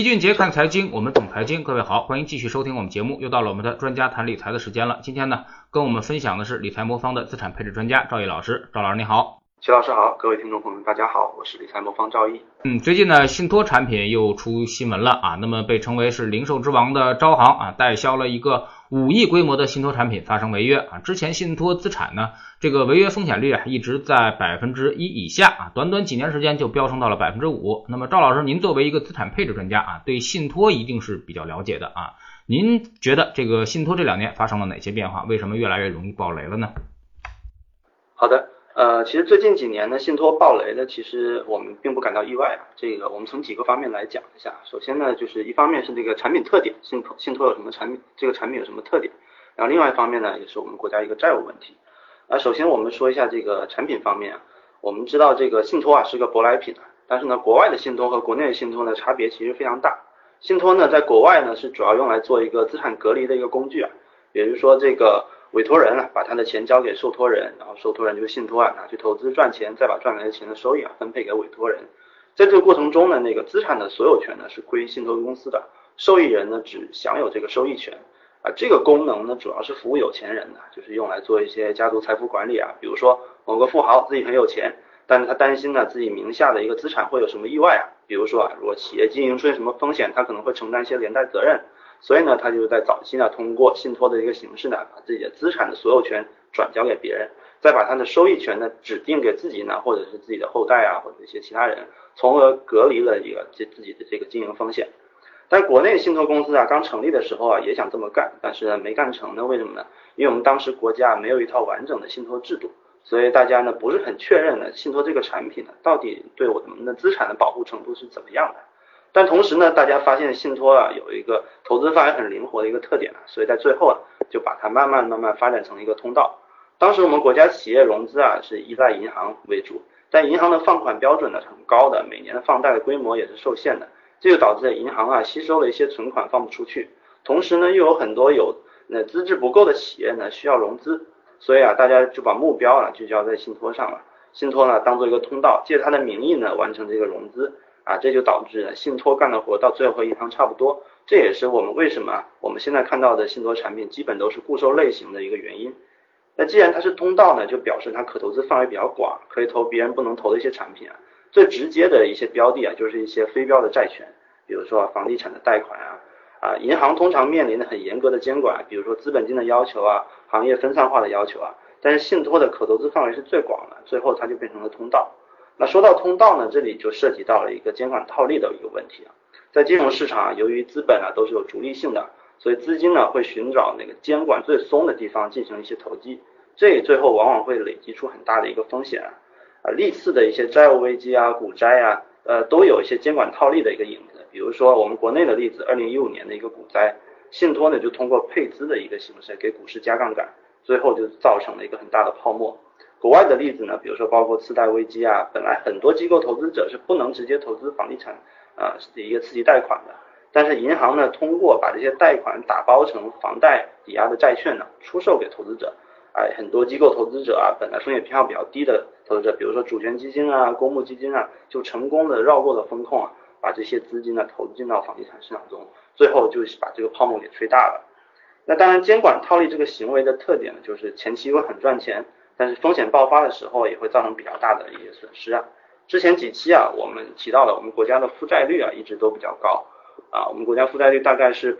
齐俊杰看财经，我们懂财经。各位好，欢迎继续收听我们节目，又到了我们的专家谈理财的时间了。今天呢，跟我们分享的是理财魔方的资产配置专家赵毅老师。赵老师你好。 齐老师好，各位听众朋友们大家好，我是理财魔方赵毅。 最近呢，信托产品又出新闻了啊。那么被称为是零售之王的招行啊，代销了一个5亿规模的信托产品发生违约啊。之前信托资产呢，这个违约风险率一直在1%以下啊，短短几年时间就飙升到了5%。那么赵老师，您作为一个资产配置专家啊，对信托一定是比较了解的啊。您觉得这个信托这2年发生了哪些变化？为什么越来越容易爆雷了呢？ 好的。其实最近几年呢，信托爆雷的，其实我们并不感到意外啊。这个我们从几个方面来讲一下。首先呢，就是一方面是这个产品特点，信托有什么产品，这个产品有什么特点。然后另外一方面呢，也是我们国家一个债务问题。首先我们说一下这个产品方面啊。我们知道这个信托啊是个舶来品啊，但是呢，国外的信托和国内的信托呢差别其实非常大。信托呢，在国外呢是主要用来做一个资产隔离的一个工具啊，也就是说这个委托人把他的钱交给受托人，然后受托人就是信托拿去投资赚钱，再把赚来的钱的收益分配给委托人。在这个过程中呢，那个资产的所有权呢是归信托公司的，受益人呢只享有这个收益权这个功能呢主要是服务有钱人的，就是用来做一些家族财富管理啊。比如说某个富豪自己很有钱，但是他担心呢自己名下的一个资产会有什么意外啊，比如说如果企业经营出现什么风险，他可能会承担一些连带责任。所以呢，他就在早期呢，通过信托的一个形式呢，把自己的资产的所有权转交给别人，再把他的收益权呢指定给自己呢，或者是自己的后代啊，或者一些其他人，从而隔离了自己的这个经营风险。但国内信托公司刚成立的时候也想这么干，但是呢没干成呢。为什么呢？因为我们当时国家没有一套完整的信托制度，所以大家呢不是很确认呢信托这个产品呢到底对我们的资产的保护程度是怎么样的。但同时呢，大家发现信托有一个投资范围很灵活的一个特点所以在最后就把它慢慢发展成一个通道。当时我们国家企业融资是依赖银行为主，但银行的放款标准呢是很高的，每年的放贷的规模也是受限的，这就导致银行吸收了一些存款放不出去，同时呢又有很多资质不够的企业呢需要融资，所以大家就把目标聚焦在信托上了。信托呢当做一个通道，借它的名义呢完成这个融资这就导致信托干的活到最后和银行差不多。这也是我们为什么我们现在看到的信托产品基本都是固收类型的一个原因。那既然它是通道呢，就表示它可投资范围比较广，可以投别人不能投的一些产品最直接的一些标的就是一些非标的债权，比如说房地产的贷款银行通常面临的很严格的监管，比如说资本金的要求行业分散化的要求但是信托的可投资范围是最广的，最后它就变成了通道。那说到通道呢，这里就涉及到了一个监管套利的一个问题在金融市场由于资本都是有逐利性的，所以资金呢会寻找那个监管最松的地方进行一些投机，这最后往往会累积出很大的一个风险历次的一些债务危机股灾都有一些监管套利的一个影子。比如说我们国内的例子，2015年的一个股灾，信托呢就通过配资的一个形式给股市加杠杆，最后就造成了一个很大的泡沫。国外的例子呢，比如说包括次贷危机本来很多机构投资者是不能直接投资房地产的一个刺激贷款的，但是银行呢通过把这些贷款打包成房贷抵押的债券呢出售给投资者很多机构投资者本来风险偏好比较低的投资者，比如说主权基金公募基金就成功的绕过了风控把这些资金呢投进到房地产市场中，最后就是把这个泡沫给吹大了。那当然监管套利这个行为的特点呢，就是前期会很赚钱，但是风险爆发的时候也会造成比较大的一些损失之前几期我们提到了我们国家的负债率一直都比较高我们国家负债率大概是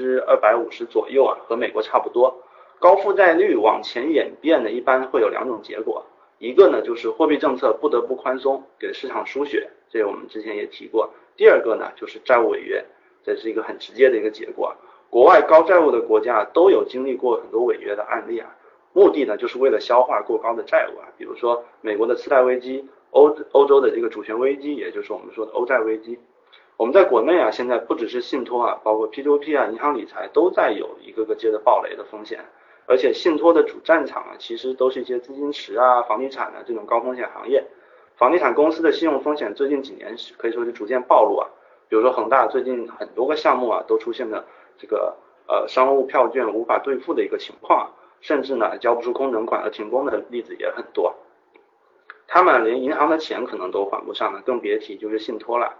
250%左右和美国差不多。高负债率往前演变呢，一般会有2种结果，一个呢就是货币政策不得不宽松，给市场输血，这个我们之前也提过。第二个呢就是债务违约，这是一个很直接的一个结果。国外高债务的国家都有经历过很多违约的案例目的呢就是为了消化过高的债务比如说美国的次贷危机，欧洲的这个主权危机，也就是我们说的欧债危机。我们在国内现在不只是信托包括 P2P 银行理财都在有一个个接着爆雷的风险，而且信托的主战场其实都是一些资金池房地产这种高风险行业。房地产公司的信用风险最近几年可以说是逐渐暴露比如说恒大最近很多个项目都出现了这个商务票券无法兑付的一个情况甚至呢交不出工程款而停工的例子也很多。他们连银行的钱可能都还不上更别提就是信托了。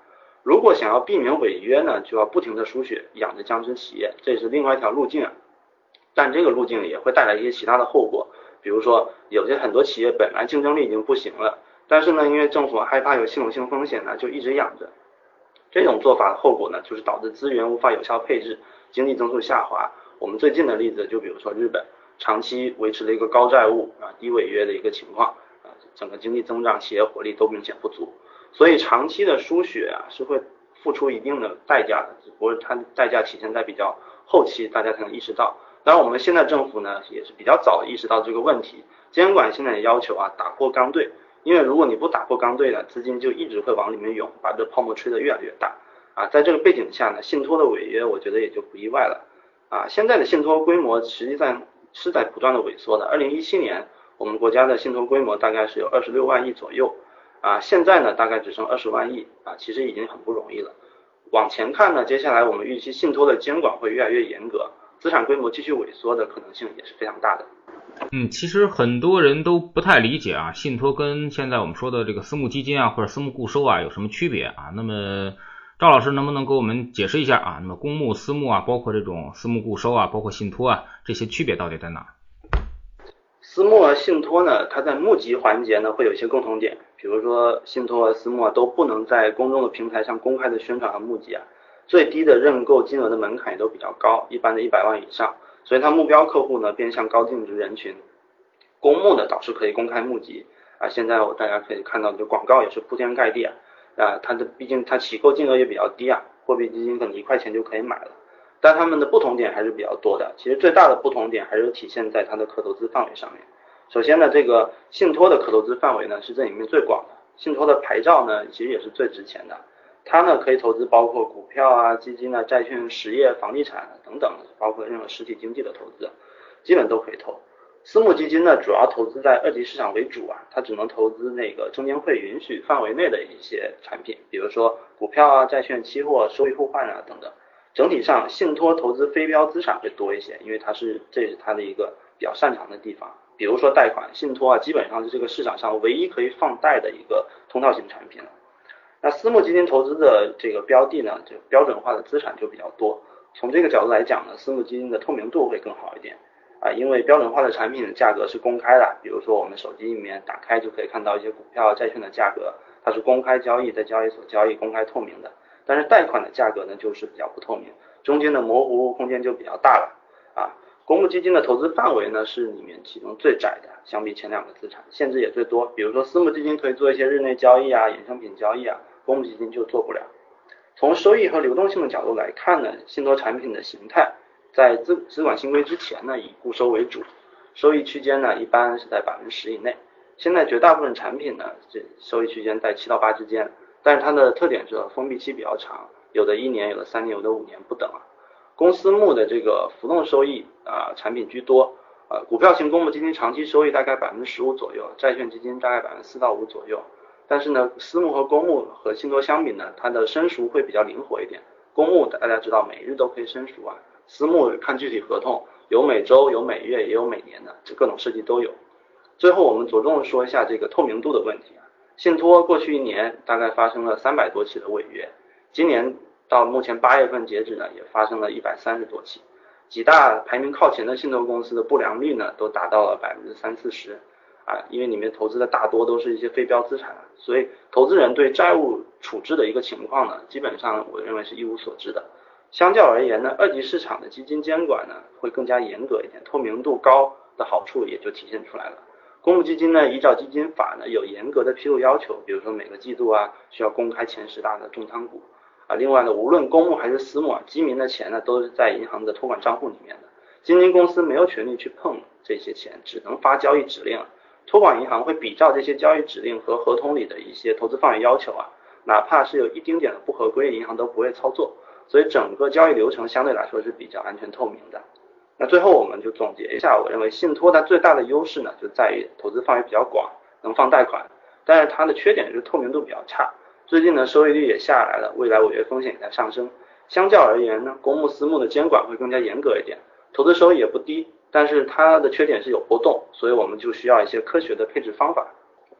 如果想要避免违约呢，就要不停的输血，养着僵尸企业，这是另外一条路径啊。但这个路径也会带来一些其他的后果，比如说有些很多企业本来竞争力已经不行了，但是呢，因为政府害怕有系统性风险呢，就一直养着。这种做法的后果呢，就是导致资源无法有效配置，经济增速下滑。我们最近的例子就比如说日本，长期维持了一个高债务低违约的一个情况整个经济增长、企业活力都明显不足，所以长期的输血是会付出一定的代价的，只不过它代价体现在比较后期，大家才能意识到。当然，我们现在政府呢也是比较早意识到这个问题，监管现在也要求打破刚兑，因为如果你不打破刚兑呢，资金就一直会往里面涌，把这泡沫吹得越来越大在这个背景下呢，信托的违约我觉得也就不意外了现在的信托规模实际上是在不断的萎缩的。2017年我们国家的信托规模大概是有26万亿左右现在呢大概只剩20万亿其实已经很不容易了。往前看呢，接下来我们预期信托的监管会越来越严格，资产规模继续萎缩的可能性也是非常大的。 其实很多人都不太理解信托跟现在我们说的这个私募基金或者私募固收有什么区别那么赵老师能不能给我们解释一下那么公募、私募包括这种私募固收包括信托这些区别到底在哪？ 私募信托呢，它在募集环节呢会有一些共同点，比如说信托和私募都不能在公众的平台上公开的宣传和募集最低的认购金额的门槛也都比较高，一般的100万以上，所以它目标客户呢偏向高净值人群。公募呢倒是可以公开募集现在大家可以看到这广告也是铺天盖地毕竟它起购金额也比较低货币基金可能1块钱就可以买了。但它们的不同点还是比较多的，其实最大的不同点还是体现在它的可投资范围上面。首先呢，这个信托的可投资范围呢是这里面最广的，信托的牌照呢其实也是最值钱的，它呢可以投资包括股票基金债券、实业、房地产等等，包括任何实体经济的投资，基本都可以投。私募基金呢主要投资在二级市场为主它只能投资那个证监会允许范围内的一些产品，比如说股票债券、期货、收益互换等等。整体上信托投资非标资产会多一些，因为这是它的一个比较擅长的地方。比如说贷款，信托基本上是这个市场上唯一可以放贷的一个通套型产品了。那私募基金投资的这个标的呢，就标准化的资产就比较多。从这个角度来讲呢，私募基金的透明度会更好一点因为标准化的产品的价格是公开的，比如说我们手机里面打开就可以看到一些股票、债券的价格，它是公开交易，在交易所交易，公开透明的。但是贷款的价格呢就是比较不透明，中间的模糊空间就比较大了公募基金的投资范围呢是里面其中最窄的，相比前两个资产限制也最多。比如说私募基金可以做一些日内交易衍生品交易公募基金就做不了。从收益和流动性的角度来看呢，信托产品的形态在资管新规之前呢以固收为主，收益区间呢一般是在10%以内。现在绝大部分产品呢这收益区间在7到8之间，但是它的特点是封闭期比较长，有的1年，有的3年，有的5年不等公私募的这个浮动收益产品居多股票型公募基金长期收益大概15%左右，债券基金大概4%到5%左右。但是呢，私募和公募和信托相比呢，它的申赎会比较灵活一点。公募大家知道每日都可以申赎私募看具体合同，有每周，有每月，也有每年的，这各种设计都有。最后我们着重说一下这个透明度的问题信托过去1年大概发生了300多起的违约，今年到目前8月份截止呢，也发生了130多起。几大排名靠前的信托公司的不良率呢，都达到了30-40%因为里面投资的大多都是一些非标资产所以投资人对债务处置的一个情况呢，基本上我认为是一无所知的。相较而言呢，二级市场的基金监管呢会更加严格一点，透明度高的好处也就体现出来了。公募基金呢，依照基金法呢有严格的披露要求，比如说每个季度需要公开前10大的重仓股另外呢，无论公募还是私募基民的钱呢都是在银行的托管账户里面的，基金公司没有权利去碰这些钱，只能发交易指令托管银行会比照这些交易指令和合同里的一些投资范围要求哪怕是有一丁点的不合规，银行都不会操作，所以整个交易流程相对来说是比较安全透明的。那最后我们就总结一下，我认为信托它最大的优势呢就在于投资范围比较广，能放贷款，但是它的缺点是透明度比较差，最近呢收益率也下来了，未来违约风险也在上升。相较而言呢，公募私募的监管会更加严格一点，投资收益也不低，但是它的缺点是有波动，所以我们就需要一些科学的配置方法。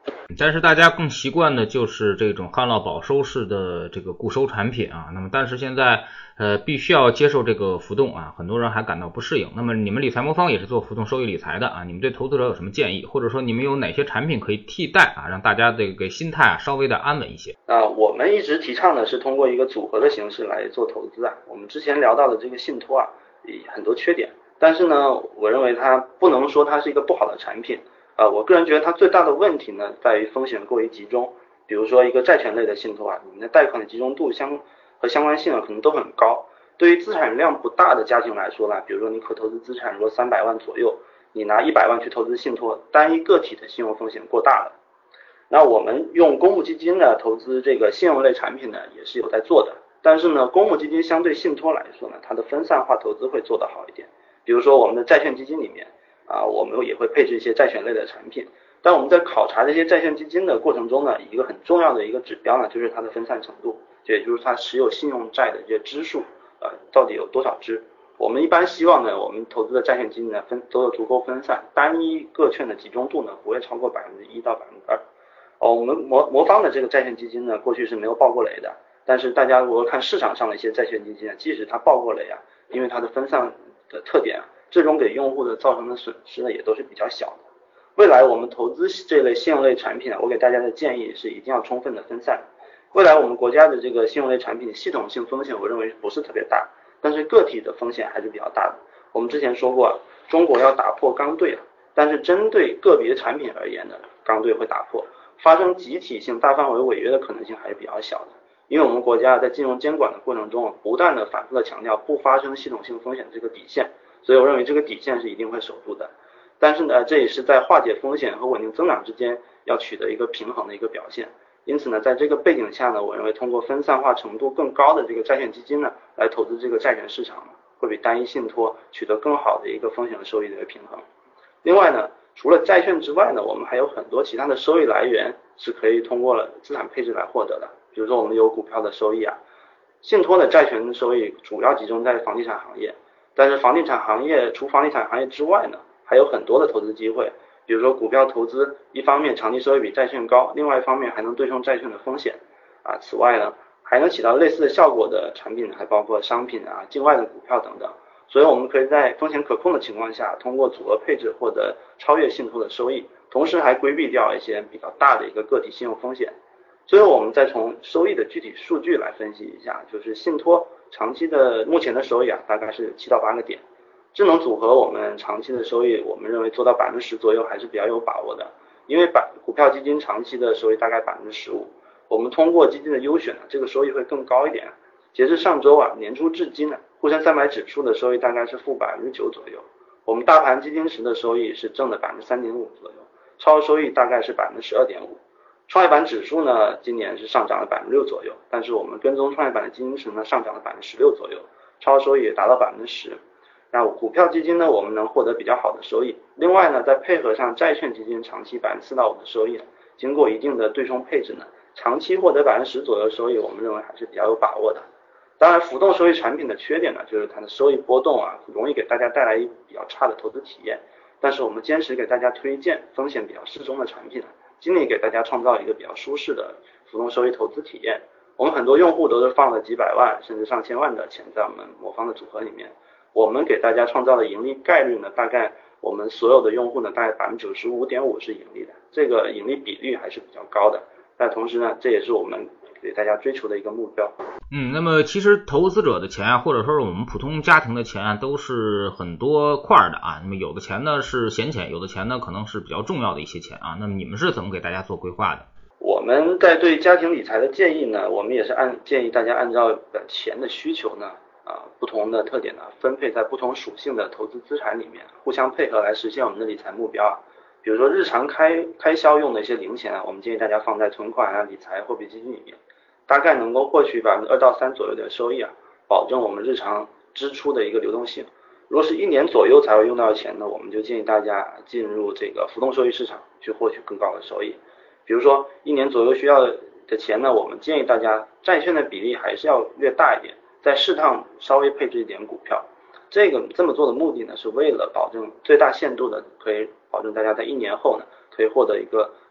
但是大家更习惯的就是这种旱涝保收式的这个固收产品啊，那么但是现在必须要接受这个浮动啊，很多人还感到不适应。那么你们理财魔方也是做浮动收益理财的啊，你们对投资者有什么建议，或者说你们有哪些产品可以替代啊，让大家这个心态稍微的安稳一些？ 我们一直提倡的是通过一个组合的形式来做投资啊。我们之前聊到的这个信托啊，很多缺点，但是呢，我认为它不能说它是一个不好的产品。我个人觉得它最大的问题呢，在于风险过于集中。比如说一个债权类的信托啊，你们的贷款的集中度和相关性可能都很高。对于资产量不大的家庭来说呢，比如说你可投资资产如果300万左右，你拿100万去投资信托，单一个体的信用风险过大了。那我们用公募基金呢投资这个信用类产品呢，也是有在做的。但是呢，公募基金相对信托来说呢，它的分散化投资会做得好一点。比如说我们的债券基金里面我们也会配置一些债权类的产品。但我们在考察这些债券基金的过程中呢，一个很重要的一个指标呢，就是它的分散程度，也就是它持有信用债的这些支数到底有多少支。我们一般希望呢，我们投资的债券基金呢都有足够分散，单一个券的集中度呢不会超过1%到2%。我们魔方的这个债券基金呢，过去是没有爆过雷的，但是大家如果看市场上的一些债券基金即使它爆过雷因为它的分散的特点最终给用户的造成的损失呢也都是比较小的。未来我们投资这类信用类产品我给大家的建议是一定要充分的分散。未来我们国家的这个信用类产品系统性风险我认为不是特别大，但是个体的风险还是比较大的。我们之前说过中国要打破刚兑但是针对个别产品而言呢，刚兑会打破，发生集体性大范围违约的可能性还是比较小的。因为我们国家在金融监管的过程中不断的反复的强调不发生系统性风险这个底线，所以我认为这个底线是一定会守住的。但是呢，这也是在化解风险和稳定增长之间要取得一个平衡的一个表现。因此呢，在这个背景下呢，我认为通过分散化程度更高的这个债券基金呢，来投资这个债券市场呢，会比单一信托取得更好的一个风险收益的一个平衡。另外呢，除了债券之外呢，我们还有很多其他的收益来源是可以通过了资产配置来获得的。比如说我们有股票的收益信托的债权的收益主要集中在房地产行业，但是除房地产行业之外呢，还有很多的投资机会。比如说股票投资，一方面长期收益比债券高，另外一方面还能对冲债券的风险此外呢，还能起到类似的效果的产品还包括商品境外的股票等等。所以我们可以在风险可控的情况下，通过组合配置获得超越信托的收益，同时还规避掉一些比较大的一个个体信用风险。最后我们再从收益的具体数据来分析一下，就是信托长期的目前的收益大概是7到8个点。智能组合我们长期的收益我们认为做到10%左右还是比较有把握的，因为股票基金长期的收益大概15%，我们通过基金的优选这个收益会更高一点。截至上周年初至今沪深300指数的收益大概是负9%左右，我们大盘基金池的收益是正的3.5%左右，超额收益大概是12.5%。创业板指数呢今年是上涨了6%左右，但是我们跟踪创业板的基金池呢上涨了16%左右，超额收益也达到10%。那股票基金呢，我们能获得比较好的收益。另外呢，再配合上债券基金长期4%到5%的收益，经过一定的对冲配置呢，长期获得10%左右的收益，我们认为还是比较有把握的。当然，浮动收益产品的缺点呢，就是它的收益波动容易给大家带来比较差的投资体验。但是我们坚持给大家推荐风险比较适中的产品，尽力给大家创造一个比较舒适的浮动收益投资体验。我们很多用户都是放了几百万甚至上千万的钱在我们魔方的组合里面。我们给大家创造的盈利概率呢，大概我们所有的用户呢，大概95.5%是盈利的，这个盈利比率还是比较高的。但同时呢，这也是我们给大家追求的一个目标。 那么其实投资者的钱或者说是我们普通家庭的钱都是很多块的那么有的钱呢是闲钱，有的钱呢可能是比较重要的一些钱那么你们是怎么给大家做规划的？ 我们在对家庭理财的建议呢，我们也是建议大家按照钱的需求呢不同的特点呢，分配在不同属性的投资资产里面，互相配合来实现我们的理财目标比如说日常开销用的一些零钱我们建议大家放在存款理财货币基金里面，大概能够获取2%到3%左右的收益保证我们日常支出的一个流动性。如果是1年左右才会用到的钱呢，我们就建议大家进入这个浮动收益市场去获取更高的收益。比如说1年左右需要的钱呢，我们建议大家债券的比例还是要略大一点，再适当稍微配置一点股票。这么做的目的呢，是为了保证最大限度的可以保证大家在1年后呢，可以获得一个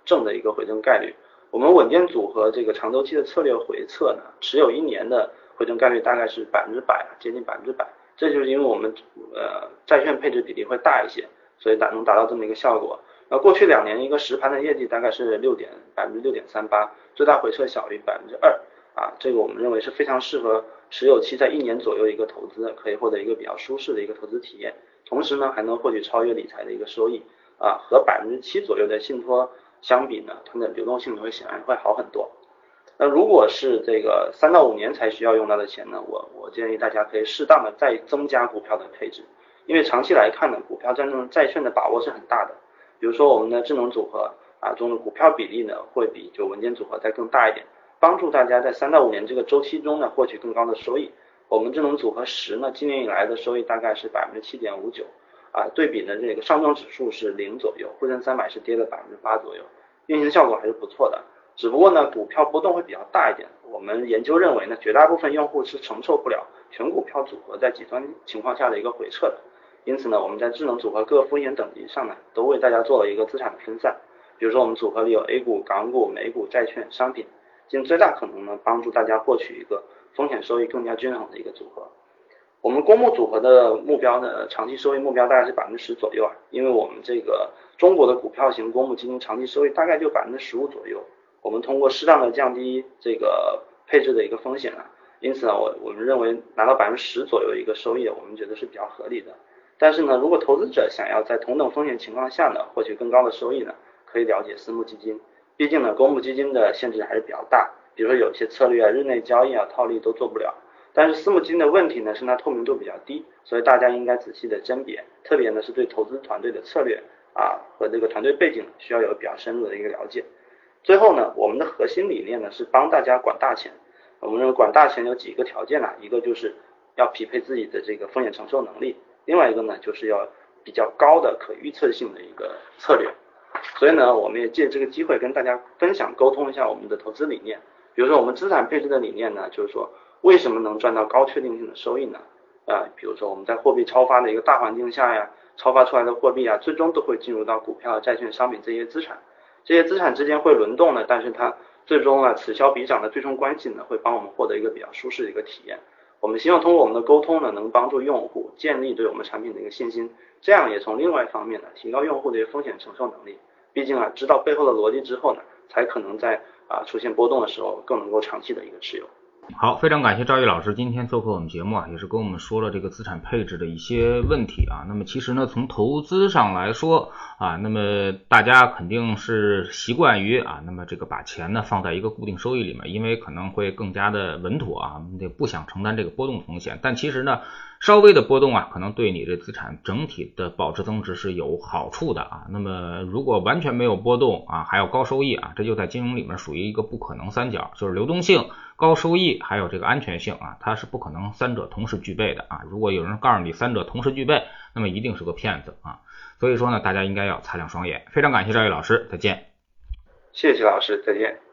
正的一个回正概率。我们稳健组合这个长周期的策略回测呢，持有1年的回正概率大概是100%，接近100%。这就是因为我们债券配置比例会大一些，所以能达到这么一个效果。那过去2年一个实盘的业绩大概是6.38%，最大回撤小于2%啊，这个我们认为是非常适合持有期在1年左右一个投资，可以获得一个比较舒适的一个投资体验，同时呢还能获取超越理财的一个收益啊，和7%左右的信托相比呢，它的流动性会显然会好很多。那如果是这个3到5年才需要用到的钱呢，我建议大家可以适当的再增加股票的配置，因为长期来看呢，股票战胜债券的把握是很大的。比如说我们的智能组合中的股票比例呢，会比就稳健组合再更大一点，帮助大家在3到5年这个周期中呢，获取更高的收益。我们智能组合10呢，今年以来的收益大概是7.59%啊，对比呢这个上证指数是0左右，沪深300是跌了8%左右，运行效果还是不错的。只不过呢，股票波动会比较大一点。我们研究认为呢，绝大部分用户是承受不了全股票组合在极端情况下的一个回撤的。因此呢，我们在智能组合各风险等级上呢，都为大家做了一个资产的分散。比如说我们组合里有 A 股、港股、美股、债券、商品，尽最大可能呢帮助大家获取一个风险收益更加均衡的一个组合。我们公募组合的目标呢，长期收益目标大概是10%左右啊，因为我们这个中国的股票型公募基金长期收益大概就15%左右。我们通过适当的降低这个配置的一个风险啊，因此呢，我们认为拿到10%左右的一个收益，我们觉得是比较合理的。但是呢，如果投资者想要在同等风险情况下呢，获取更高的收益呢，可以了解私募基金。毕竟呢，公募基金的限制还是比较大，比如说有一些策略啊、日内交易啊、套利都做不了。但是私募基金的问题呢，是它透明度比较低，所以大家应该仔细的甄别，特别呢是对投资团队的策略和这个团队背景需要有比较深入的一个了解。最后呢，我们的核心理念呢是帮大家管大钱。我们认为管大钱有几个条件一个就是要匹配自己的这个风险承受能力，另外一个呢就是要比较高的可预测性的一个策略。所以呢，我们也借这个机会跟大家分享沟通一下我们的投资理念。比如说我们资产配置的理念呢，就是说为什么能赚到高确定性的收益呢？比如说我们在货币超发的一个大环境下呀，超发出来的货币最终都会进入到股票、债券、商品这些资产。这些资产之间会轮动呢，但是它最终此消彼长的对冲关系呢，会帮我们获得一个比较舒适的一个体验。我们希望通过我们的沟通呢，能帮助用户建立对我们产品的一个信心，这样也从另外一方面呢，提高用户的风险承受能力。毕竟知道背后的逻辑之后呢，才可能在出现波动的时候更能够长期的一个持有。 好，非常感谢赵毅老师今天做客我们节目也是跟我们说了这个资产配置的一些问题那么其实呢，从投资上来说那么大家肯定是习惯于那么这个把钱呢放在一个固定收益里面，因为可能会更加的稳妥不想承担这个波动风险。但其实呢，稍微的波动可能对你的资产整体的保值增值是有好处的那么如果完全没有波动还有高收益这就在金融里面属于一个不可能三角，就是流动性、高收益还有这个安全性它是不可能三者同时具备的如果有人告诉你三者同时具备，那么一定是个骗子所以说呢，大家应该要擦亮双眼。非常感谢赵毅老师，再见。 谢谢老师，再见。